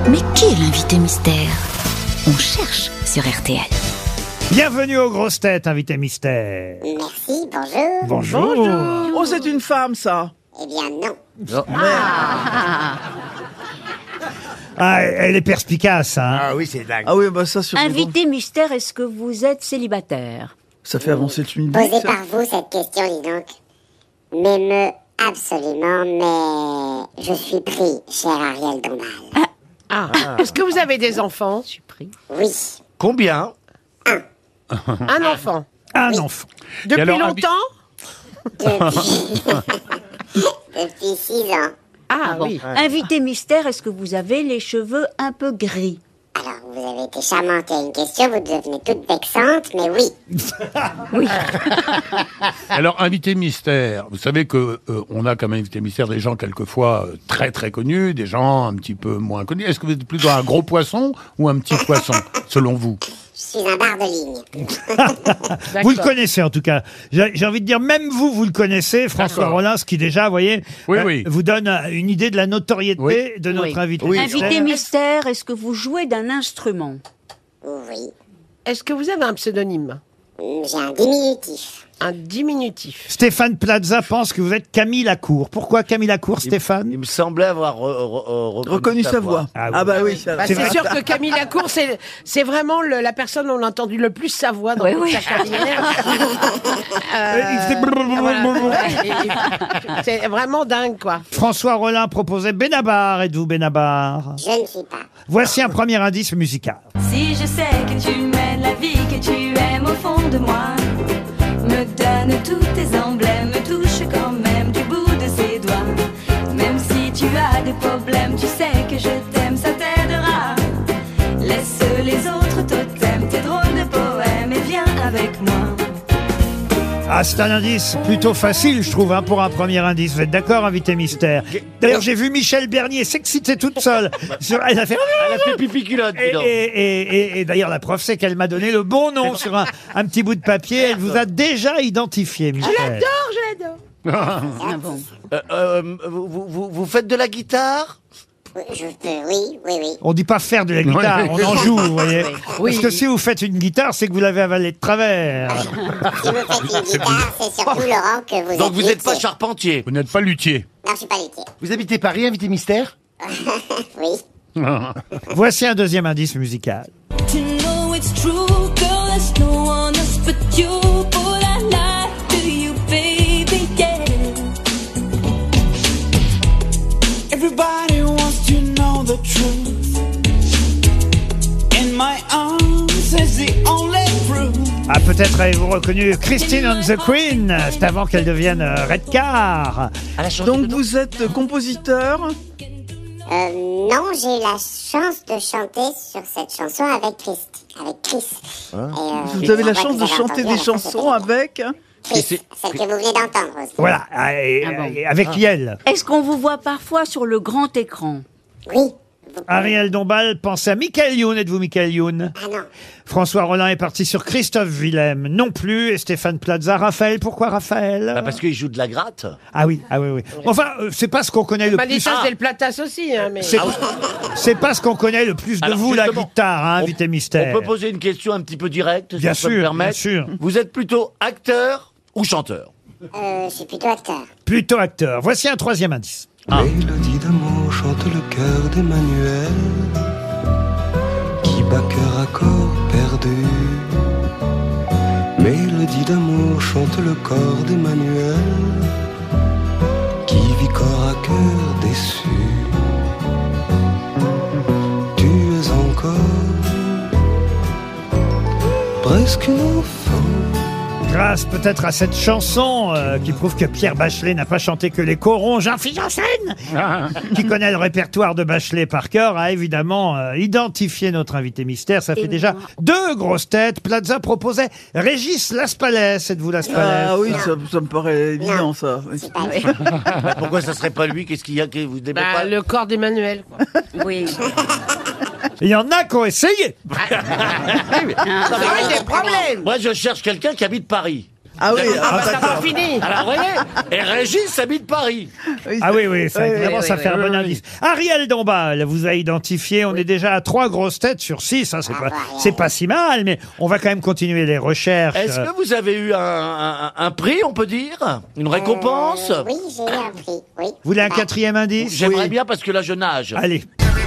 Mais qui est l'invité mystère? On cherche sur RTL. Bienvenue aux grosses têtes, invité mystère. Merci, bonjour. Bonjour. Oh, c'est une femme, ça. Eh bien, non. Ah, elle est perspicace, hein. Ah oui, c'est dingue. Ah oui, bah ça, sur Invité mystère, est-ce que vous êtes célibataire? ça fait avancer le midi. Posée par vous, cette question, dis donc, m'émeut absolument, mais je suis pris, cher Ariel Dombal. Est-ce que vous avez des enfants? Je suis pris. Oui. Combien? Un enfant. Un enfant. Depuis alors, longtemps? Depuis 6 ans. Ah oui. Invité mystère, est-ce que vous avez les cheveux un peu gris? Alors, vous avez été charmante à une question, vous devenez toute vexante, mais oui. Oui. Alors, invité mystère, vous savez que on a comme invité mystère des gens quelquefois très très connus, des gens un petit peu moins connus. Est-ce que vous êtes plutôt un gros poisson ou un petit poisson, selon vous? Je suis un bar de ligne. Vous le connaissez en tout cas. J'ai envie de dire, même vous le connaissez, François D'accord. Rollin, ce qui déjà, vous voyez, Oui, oui. vous donne une idée de la notoriété Oui. de notre invité. Invité mystère, est-ce que vous jouez d'un instrument? Oui. Est-ce que vous avez un pseudonyme? J'ai un diminutif. Un diminutif? Stéphane Plaza pense que vous êtes Camille Lacour. Pourquoi Camille Lacour, Stéphane? Il me semblait avoir reconnu sa voix. Ah oui. Ah bah oui, ça. Bah, C'est c'est vrai. sûr que Camille Lacour, c'est vraiment la personne où on a entendu le plus sa voix dans toute sa carrière. Il faisait Voilà. C'est vraiment dingue, quoi. François Rollin proposait Benabar. Êtes-vous Benabar? Je ne suis pas. Voici un premier indice musical. Si je sais que tu mènes la vie que tu aimes au fond de moi, me donne tous tes emblèmes, me touche quand même du bout de ses doigts. Même si tu as des problèmes, tu sais que je t'aime, ça t'aidera. Laisse les autres totems, tes drôles de poèmes et viens avec moi. Ah, c'est un indice plutôt facile, je trouve, hein, pour un premier indice. Vous êtes d'accord, invité mystère? D'ailleurs, j'ai vu Michel Bernier s'exciter toute seule. Elle a fait... Elle a fait pipi culotte, dis donc. Et d'ailleurs, la preuve, c'est qu'elle m'a donné le bon nom sur un petit bout de papier. Elle vous a déjà identifié, Michel. Je l'adore. Ah bon. Vous faites de la guitare? Je peux, oui. On dit pas faire de la guitare, Oui. on en joue, vous voyez. Oui. Parce que si vous faites une guitare, c'est que vous l'avez avalée de travers. Si vous faites une guitare, c'est surtout Laurent que vous êtes. Donc vous n'êtes pas luthier. charpentier? Vous n'êtes pas luthier. Non, je suis pas luthier. Vous habitez Paris, invité mystère? Oui. Voici un deuxième indice musical. To know it's true, girl, there's no one else but you. All I lie to you, baby, yeah. Everybody wants to know the truth. In my arms is the only proof. Ah, peut-être avez-vous reconnu Christine and the Queen. C'est avant qu'elle devienne Redcar. Donc vous êtes compositeur. Non, j'ai eu la chance de chanter sur cette chanson avec Chris. Vous avez la chance de chanter des chansons avec. Chris, celle que vous venez d'entendre aussi. Voilà, et avec Yel. Est-ce qu'on vous voit parfois sur le grand écran? Oui. Ariel Dombal pense à Michael Youn. Êtes-vous Michael Youn? Ah non. François Rollin est parti sur Christophe Willem. Non plus. Et Stéphane Plaza. Raphaël. Pourquoi Raphaël? Parce qu'il joue de la gratte. Ah oui. Enfin, c'est pas ce qu'on connaît le Bah, plus. ça, c'est le platas aussi, hein, mais. C'est pas ce qu'on connaît le plus de Alors, vous, la justement, guitare, hein, invité mystère. On peut poser une question un petit peu directe, Bien si je peux me sûr, permettre. bien sûr. Vous êtes plutôt acteur ou chanteur? Je suis plutôt acteur. Plutôt acteur. Voici un troisième indice. Mélodie d'amour chante le cœur d'Emmanuel, qui bat cœur à corps perdu. Mélodie d'amour chante le corps d'Emmanuel, qui vit corps à cœur déçu. Tu es encore presque une enfant. Grâce peut-être à cette chanson qui prouve que Pierre Bachelet n'a pas chanté que les corons, Jean-Philippe Janssen, qui connaît le répertoire de Bachelet par cœur, a évidemment identifié notre invité mystère. Ça fait déjà 2 grosses têtes. Plaza proposait Régis Laspalès. Êtes-vous Laspalès? Ah oui, ça me paraît évident, ça. C'est pas lui. Pourquoi ça serait pas lui? Qu'est-ce qu'il y a que vous n'aimez Bah, pas? le corps d'Emmanuel, quoi. Oui. Il y en a qui ont essayé. Ça va être des problèmes. Moi, je cherche quelqu'un qui habite Paris. Ah oui, Ça pas fini. Alors, vous voyez, et Régis habite Paris. Ah oui, ça, évidemment, ça fait un bon indice. Ariel Dombal vous a identifié. On est déjà à 3 grosses têtes sur 6. Hein, c'est pas si mal, mais on va quand même continuer les recherches. Est-ce que vous avez eu un prix, on peut dire? Une récompense? Oui, j'ai eu un prix, oui. Vous voulez un 4e indice? J'aimerais bien parce que là, je nage. Allez.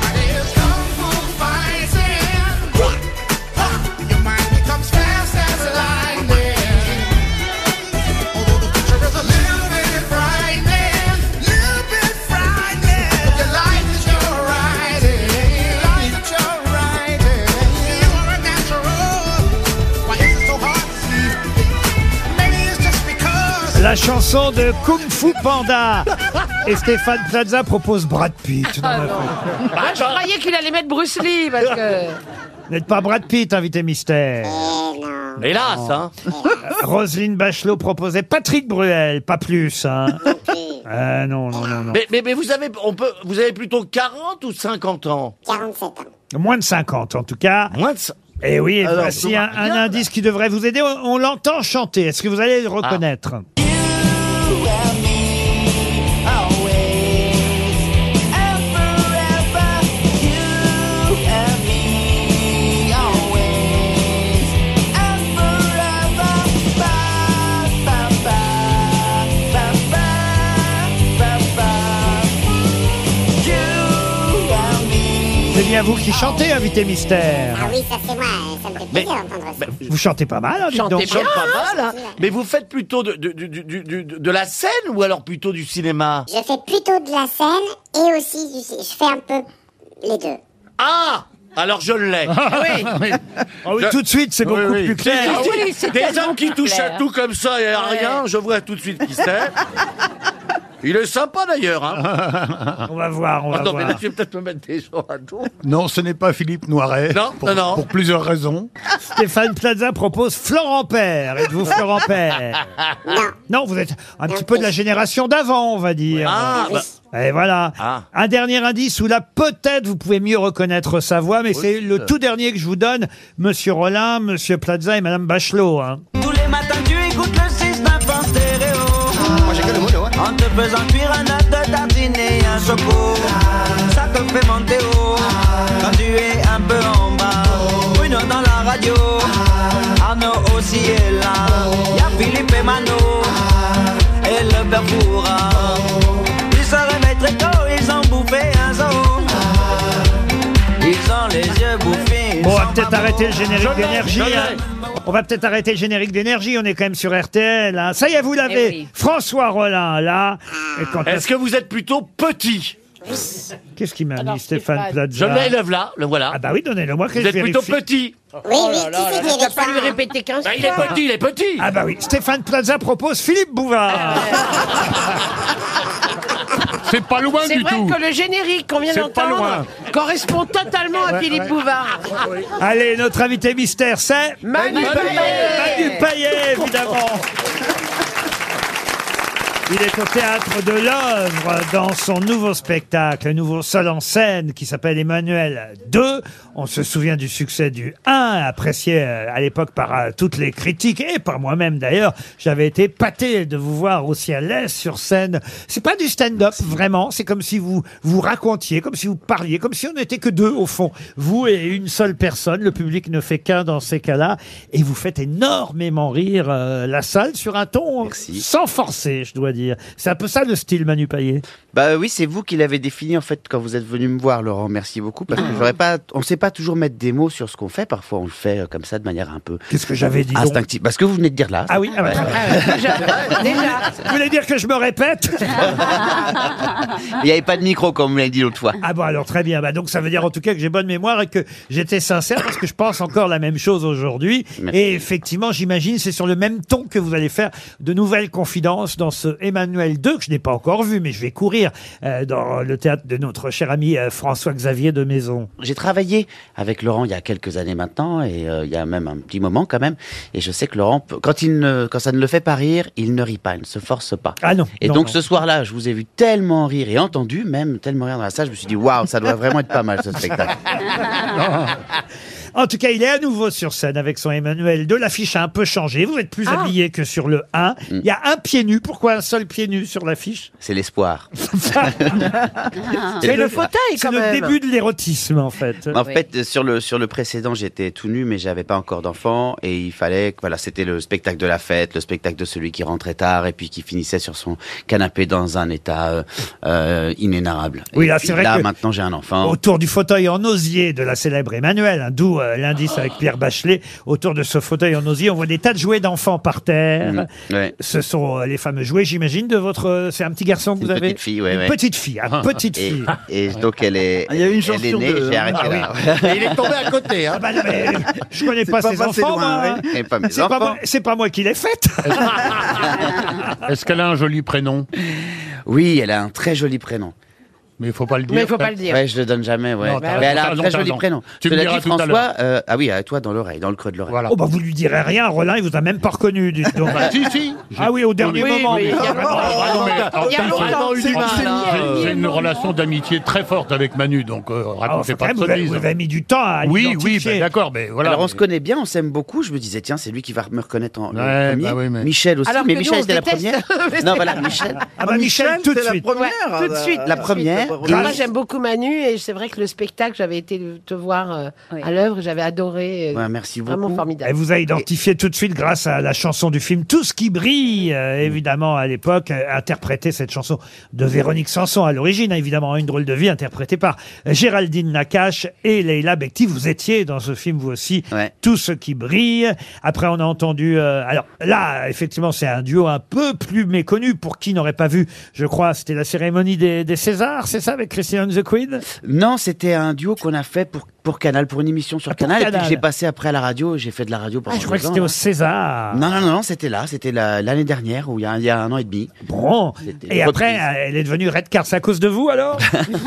La chanson de Kung Fu Panda. Et Stéphane Plaza propose Brad Pitt. Je croyais qu'il allait mettre Bruce Lee parce que. Vous n'êtes pas Brad Pitt, invité mystère. Non. Hélas, hein. Roselyne Bachelot proposait Patrick Bruel, pas plus. Hein. Non. Mais vous avez plutôt 40 ou 50 ans? 47 ans. Moins de 50 en tout cas. Moins de... Et oui, Alors, voici un indice qui devrait vous aider. On l'entend chanter. Est-ce que vous allez le reconnaître? C'est bien vous qui chantez, invité mystère. Ah oui, ça c'est moi, ça me fait plaisir d'entendre ça. Vous chantez pas mal, hein, dites donc. Chante pas mal, hein. Mais vous faites plutôt de la scène ou alors plutôt du cinéma? Je fais plutôt de la scène et aussi je fais un peu les deux. Ah! Alors je l'ai. Ah oui, tout de suite, c'est beaucoup plus clair. Ah oui, c'est Des tellement hommes qui plus touchent clair. à tout comme ça et à rien, je vois tout de suite qui c'est. Il est sympa d'ailleurs, hein. On va voir, on va Non, mais là, voir. je vais peut-être me mettre des gens à dos. Non, ce n'est pas Philippe Noiret. Non, non. Pour plusieurs raisons. Stéphane Plaza propose Florent Père. Êtes-vous Florent Père? Non, vous êtes un petit peu de la génération d'avant, on va dire. Ah, bah. Et voilà. Ah. Un dernier indice où là, peut-être, vous pouvez mieux reconnaître sa voix, mais c'est le tout dernier que je vous donne. Monsieur Rollin, Monsieur Plaza et Madame Bachelot. Hein. Tous les matins tu écoutes le 6-9 en stéréo. Moi j'ai que le mono, hein. En te faisant cuire un œuf de tartine et un choco. Ça te fait monter haut. Quand tu es un peu en bas. Bruno dans la radio. Arnaud aussi est là. Y'a Philippe et Mano. Et le père Foura. Ils se réveillent très tôt, ils ont bouffé un zoo. Ils ont les yeux bouffés. Bon, on va peut-être arrêter le générique d'énergie. Hein. On va peut-être arrêter le générique d'énergie. On est quand même sur RTL. Hein. Ça y est, vous l'avez. Eh oui. François Rollin, là. Et quand Est-ce que vous êtes plutôt petit? Qu'est-ce qu'il m'a Alors, mis, Stéphane Stéphane. Je Plaza? l'ai, le voilà. Ah bah oui, donnez-le-moi que Vous je êtes plutôt vérifie. petit. Oui, qui c'est qui Tu est vas pas lui répéter 15 Bah, fois. il est petit. Ah bah oui, Stéphane Plaza propose Philippe Bouvard. C'est pas loin C'est du vrai tout. que le générique qu'on vient C'est pas d'entendre loin. correspond totalement à Philippe Bouvard. Allez, notre invité mystère, c'est Manu Manu Payet, évidemment. Il est au théâtre de l'Œuvre dans son nouveau spectacle, nouveau seul en scène qui s'appelle Emmanuel 2. On se souvient du succès du 1, apprécié à l'époque par toutes les critiques et par moi-même d'ailleurs. J'avais été épaté de vous voir aussi à l'aise sur scène. C'est pas du stand-up vraiment, c'est comme si vous racontiez, comme si vous parliez, comme si on n'était que deux au fond. Vous et une seule personne, le public ne fait qu'un dans ces cas-là et vous faites énormément rire la salle sur un ton sans forcer, je dois dire. C'est un peu ça le style Manu Payet. Bah oui, c'est vous qui l'avez défini en fait quand vous êtes venu me voir, Laurent. Merci beaucoup parce que on ne sait pas toujours mettre des mots sur ce qu'on fait. Parfois, on le fait comme ça de manière un peu Qu'est-ce que j'avais dit donc instinctive. Parce que vous venez de dire là. Ah oui, ah bah, Déjà. vous voulez dire que je me répète? Il n'y avait pas de micro comme vous l'avez dit l'autre fois. Ah bon, alors très bien. Bah, donc ça veut dire en tout cas que j'ai bonne mémoire et que j'étais sincère parce que je pense encore la même chose aujourd'hui. Merci. Et effectivement, j'imagine c'est sur le même ton que vous allez faire de nouvelles confidences dans ce Emmanuel 2 que je n'ai pas encore vu, mais je vais courir dans le théâtre de notre cher ami François-Xavier de Maison. J'ai travaillé avec Laurent il y a quelques années maintenant et il y a même un petit moment quand même. Et je sais que Laurent, quand ça ne le fait pas rire, il ne rit pas, il ne se force pas. Ah non. Et non, donc non. ce soir-là, je vous ai vu tellement rire et entendu même tellement rire dans la salle, je me suis dit waouh, ça doit vraiment être pas mal ce spectacle. En tout cas, il est à nouveau sur scène avec son Emmanuel 2. L'affiche a un peu changé. Vous êtes plus habillé que sur le 1. Il y a un pied nu. Pourquoi un seul pied nu sur l'affiche? C'est l'espoir. C'est le fauteuil quand même. C'est le début de l'érotisme, en fait. En fait, sur le précédent, j'étais tout nu, mais j'avais pas encore d'enfant, et il fallait que, voilà, c'était le spectacle de la fête, le spectacle de celui qui rentrait tard et puis qui finissait sur son canapé dans un état inénarrable. Oui, et là, c'est vrai là, que maintenant, j'ai un enfant. Autour du fauteuil en osier de la célèbre Emmanuel, hein, d'où l'indice avec Pierre Bachelet, autour de ce fauteuil en osier, on voit des tas de jouets d'enfants par terre. Ouais. Ce sont les fameux jouets, j'imagine, de votre... C'est un petit garçon que vous avez? Petite fille, ouais, Une ouais. petite fille, petite fille. Et donc, elle est, Il y a eu une elle chance est sur née, deux, j'ai hein. arrêté là. Et il est tombé à côté. Hein. Ah bah non, mais je connais pas pas ses passé enfants, loin, moi. Et pas mes C'est pas enfants. moi- c'est pas moi qui l'ai faite. Est-ce qu'elle a un joli prénom? Oui, elle a un très joli prénom. Mais il faut pas le dire. Mais il faut pas le dire. Ouais, je le donne jamais, ouais. Non, t'as Mais elle a raison, un très t'as joli raison. prénom. Tu me Cela diras dit, tout à François, ah oui, à toi dans l'oreille, dans le creux de l'oreille. Voilà. Oh bah vous lui direz rien, Roland, il vous a même pas reconnu, dites donc. Si. Ah oui, au dernier Oui, moment. oui, il y a Ah, non, mais, Il y a longtemps. j'ai une relation d'amitié très forte avec Manu, donc Ah, racontez enfin, pas quand de même, sottises. vous avez mis du temps à Oui, l'identifier. ben, d'accord, mais voilà. Alors on se connaît bien, on s'aime beaucoup. Je me disais tiens, c'est lui qui va me reconnaître en le Ouais, premier. bah oui, mais- Michel aussi, Alors mais que nous, Michel on était la se déteste. première. Non, voilà, Michel. Ah bah Michel, tout de c'est suite. la première. tout de suite. La première. Et moi, j'aime beaucoup Manu, et c'est vrai que le spectacle, j'avais été te voir à l'œuvre, j'avais adoré. Ouais, merci beaucoup. Vraiment Elle formidable. vous a identifié tout de suite grâce à la chanson du film Tout ce qui brille, évidemment, à l'époque, interprété cette chanson de Véronique Sanson à l'origine, évidemment, Une drôle de vie, interprétée par Géraldine Nakache et Leila Bekti. Vous étiez dans ce film, vous aussi, Ouais. Tout ce qui brille. Après, on a entendu... alors là, effectivement, c'est un duo un peu plus méconnu. Pour qui n'aurait pas vu, je crois, c'était la cérémonie des Césars, c'est ça, avec Christian the Queen? Non, c'était un duo qu'on a fait pour Canal, pour une émission sur Ah, pour Canal, et puis Canal. que j'ai passé après à la radio. J'ai fait de la radio pendant Ah, je crois que 2 ans, c'était là. au César. Non, c'était là, c'était l'année dernière, où il y a 1 an et demi. Bon. C'était Et une après, reprise. elle est devenue Red Card. C'est à cause de vous, alors?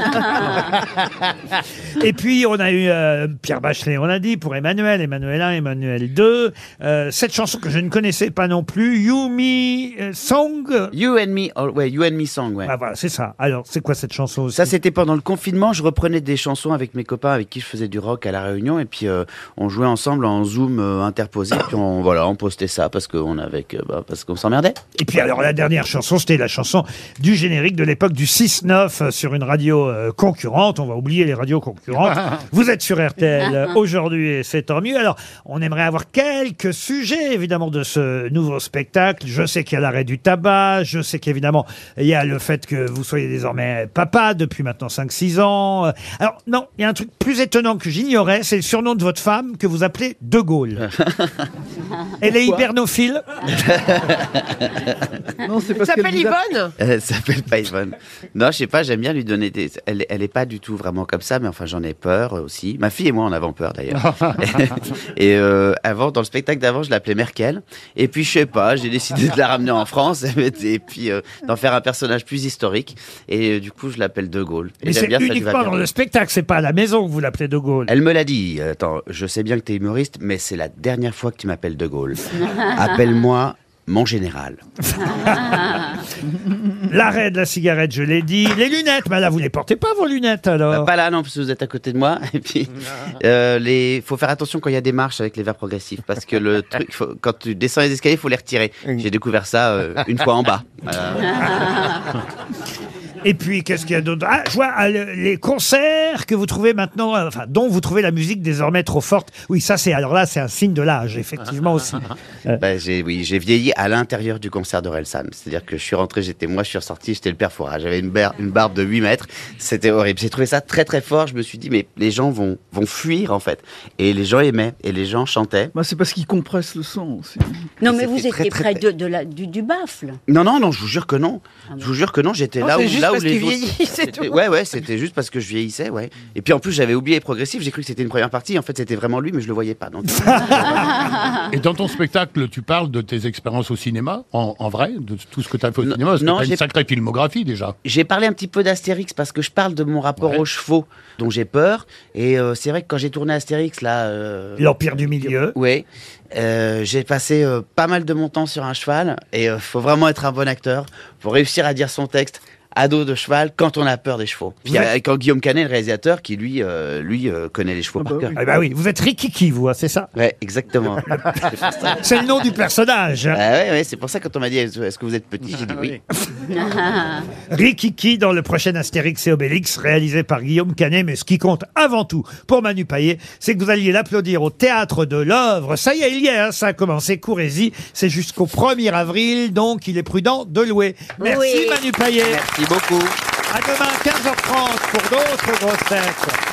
Et puis, on a eu Pierre Bachelet, on l'a dit, pour Emmanuel 1, Emmanuel 2. Cette chanson que je ne connaissais pas non plus, You Me Song. You and Me, You and Me Song, ouais. Ah, voilà, c'est ça. Alors, c'est quoi cette chanson aussi? Ça, c'était pendant le confinement. Je reprenais des chansons avec mes copains avec qui je faisais du rock à La Réunion. Et puis, on jouait ensemble en Zoom interposé. Puis, on postait ça parce qu'on s'emmerdait. Et puis, alors, la dernière chanson, c'était la chanson du générique de l'époque du 6-9 sur une radio concurrente. On va oublier les radios concurrentes. Vous êtes sur RTL aujourd'hui et c'est tant mieux. Alors, on aimerait avoir quelques sujets, évidemment, de ce nouveau spectacle. Je sais qu'il y a l'arrêt du tabac. Je sais qu'évidemment, il y a le fait que vous soyez désormais papa depuis maintenant 5-6 ans. Alors, non, il y a un truc plus étonnant que j'ignorais. C'est le surnom de votre femme que vous appelez De Gaulle. Elle est hibernophile. Non, c'est Elle parce qu'elle s'appelle vous a- Yvonne. Elle s'appelle pas Yvonne. Non, je sais pas, j'aime bien lui donner des... Elle est pas du tout vraiment comme ça, mais enfin, j'en ai peur aussi. Ma fille et moi, on avait peur, d'ailleurs. Et avant, dans le spectacle d'avant, je l'appelais Merkel. Et puis, je sais pas, j'ai décidé de la ramener en France et puis d'en faire un personnage plus historique. Et du coup, je l'appelle De Gaulle. Et Mais j'aime c'est bien, ça lui va uniquement bien. dans le spectacle. C'est pas à la maison que vous l'appelez De Gaulle. Elle me l'a dit. Attends, je sais bien que t'es humoriste, mais c'est la dernière fois que tu m'appelles De Gaulle. Appelle-moi mon général. L'arrêt de la cigarette, je l'ai dit. Les lunettes, mais là, vous les portez pas, vos lunettes, alors? Pas là, non, parce que vous êtes à côté de moi. Et puis, faut faire attention quand il y a des marches avec les verres progressifs, parce que le truc, quand tu descends les escaliers, il faut les retirer. J'ai découvert ça une fois en bas. Et puis, qu'est-ce qu'il y a d'autre? Ah, je vois les concerts que vous trouvez maintenant, enfin, dont vous trouvez la musique désormais trop forte. Oui, ça, alors là, c'est un signe de l'âge, effectivement aussi. J'ai vieilli à l'intérieur du concert d'Orelsan. C'est-à-dire que je suis rentré, je suis ressorti, j'étais le père Fouras. J'avais une barbe de 8 mètres. C'était horrible. J'ai trouvé ça très très fort. Je me suis dit, mais les gens vont fuir, en fait. Et les gens aimaient, et les gens chantaient. Bah, c'est parce qu'ils compressent le son aussi. Non, mais C'était vous étiez très, très, près du baffle. Non, je vous jure que non. Je vous jure que non, j'étais là où parce les qu'il autres... vieillit, c'est tout. Ouais, c'était juste parce que je vieillissais, ouais. Et puis en plus, j'avais oublié Progressif, j'ai cru que c'était une première partie, en fait c'était vraiment lui, mais je le voyais pas. Donc... Et dans ton spectacle, tu parles de tes expériences au cinéma, en vrai, de tout ce que tu as fait au cinéma, parce que tu as une sacrée filmographie déjà. J'ai parlé un petit peu d'Astérix parce que je parle de mon rapport aux chevaux, dont j'ai peur. Et c'est vrai que quand j'ai tourné Astérix, là... L'Empire du Milieu. Oui. J'ai passé pas mal de mon temps sur un cheval et faut vraiment être un bon acteur, faut réussir à dire son texte à dos de cheval quand on a peur des chevaux. Puis quand Guillaume Canet, le réalisateur, qui lui connaît les chevaux par cœur. Ah bah oui, vous êtes Rikiki, vous, hein, c'est ça? Ouais, exactement. C'est le nom du personnage. Ouais, c'est pour ça quand on m'a dit est-ce que vous êtes petit, j'ai dit oui. Rikiki dans le prochain Astérix et Obélix, réalisé par Guillaume Canet. Mais ce qui compte avant tout pour Manu Payet, c'est que vous alliez l'applaudir au Théâtre de l'Œuvre. Ça y est, il y est, hein, ça a commencé. Courez-y, c'est jusqu'au 1er avril, donc il est prudent de louer. Merci Manu Payet. Merci beaucoup. À demain 15h30 pour d'autres grosses têtes.